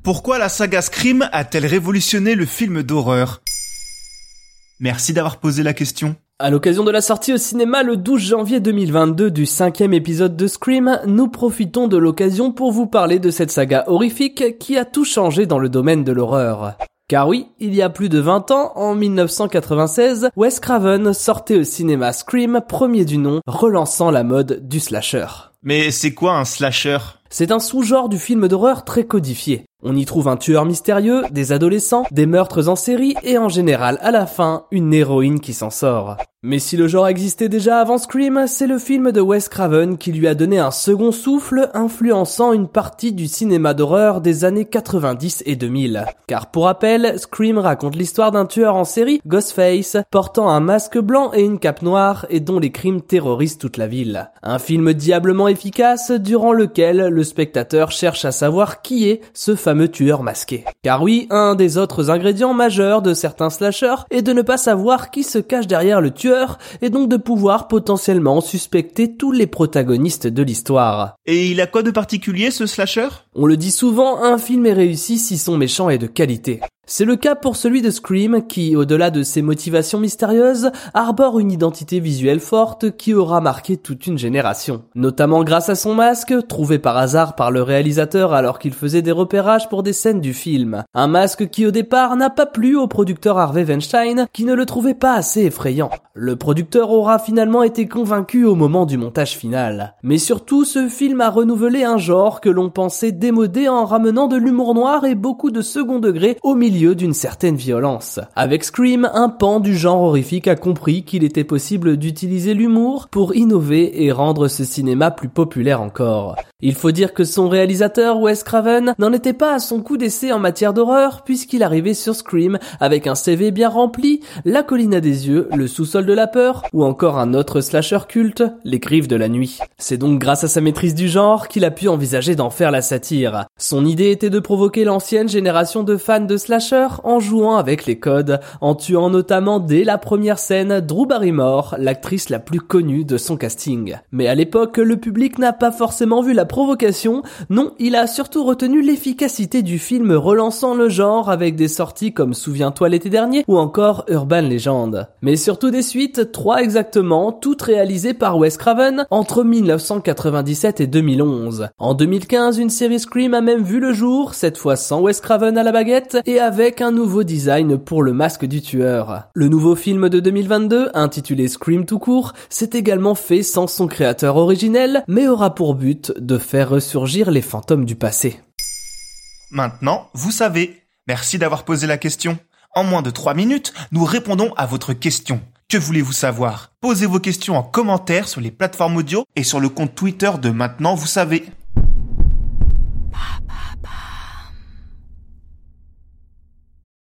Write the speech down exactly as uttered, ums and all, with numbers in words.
Pourquoi la saga Scream a-t-elle révolutionné le film d'horreur ? Merci d'avoir posé la question. À l'occasion de la sortie au cinéma le douze janvier deux mille vingt-deux du cinquième épisode de Scream, nous profitons de l'occasion pour vous parler de cette saga horrifique qui a tout changé dans le domaine de l'horreur. Car oui, il y a plus de vingt ans, en mille neuf cent quatre-vingt-seize, Wes Craven sortait au cinéma Scream, premier du nom, relançant la mode du slasher. Mais c'est quoi un slasher ? C'est un sous-genre du film d'horreur très codifié. On y trouve un tueur mystérieux, des adolescents, des meurtres en série et en général, à la fin, une héroïne qui s'en sort. Mais si le genre existait déjà avant Scream, c'est le film de Wes Craven qui lui a donné un second souffle, influençant une partie du cinéma d'horreur des années quatre-vingt-dix et deux mille. Car pour rappel, Scream raconte l'histoire d'un tueur en série, Ghostface, portant un masque blanc et une cape noire et dont les crimes terrorisent toute la ville. Un film diablement efficace durant lequel le spectateur cherche à savoir qui est ce fameux tueur masqué. Car oui, un des autres ingrédients majeurs de certains slashers est de ne pas savoir qui se cache derrière le tueur et donc de pouvoir potentiellement suspecter tous les protagonistes de l'histoire. Et il a quoi de particulier ce slasher ? On le dit souvent, un film est réussi si son méchant est de qualité. C'est le cas pour celui de Scream qui, au-delà de ses motivations mystérieuses, arbore une identité visuelle forte qui aura marqué toute une génération. Notamment grâce à son masque, trouvé par hasard par le réalisateur alors qu'il faisait des repérages pour des scènes du film. Un masque qui au départ n'a pas plu au producteur Harvey Weinstein qui ne le trouvait pas assez effrayant. Le producteur aura finalement été convaincu au moment du montage final. Mais surtout, ce film a renouvelé un genre que l'on pensait démodé en ramenant de l'humour noir et beaucoup de second degré au milieu d'une certaine violence. Avec Scream, un pan du genre horrifique a compris qu'il était possible d'utiliser l'humour pour innover et rendre ce cinéma plus populaire encore. Il faut dire que son réalisateur, Wes Craven, n'en était pas à son coup d'essai en matière d'horreur puisqu'il arrivait sur Scream avec un C V bien rempli, La colline à des yeux, Le sous-sol de la peur ou encore un autre slasher culte, Les griffes de la nuit. C'est donc grâce à sa maîtrise du genre qu'il a pu envisager d'en faire la satire. Son idée était de provoquer l'ancienne génération de fans de slasher en jouant avec les codes, en tuant notamment dès la première scène Drew Barrymore, l'actrice la plus connue de son casting. Mais à l'époque, le public n'a pas forcément vu la provocation, non, il a surtout retenu l'efficacité du film relançant le genre avec des sorties comme Souviens-toi l'été dernier ou encore Urban Legend. Mais surtout des suites, trois exactement, toutes réalisées par Wes Craven entre mille neuf cent quatre-vingt-dix-sept et deux mille onze. En deux mille quinze, une série Scream a même vu le jour, cette fois sans Wes Craven à la baguette et avec un nouveau design pour le masque du tueur. Le nouveau film de deux mille vingt-deux, intitulé Scream tout court, s'est également fait sans son créateur originel, mais aura pour but de faire ressurgir les fantômes du passé. Maintenant, vous savez. Merci d'avoir posé la question. En moins de trois minutes, nous répondons à votre question. Que voulez-vous savoir ? Posez vos questions en commentaire sur les plateformes audio et sur le compte Twitter de Maintenant, vous savez.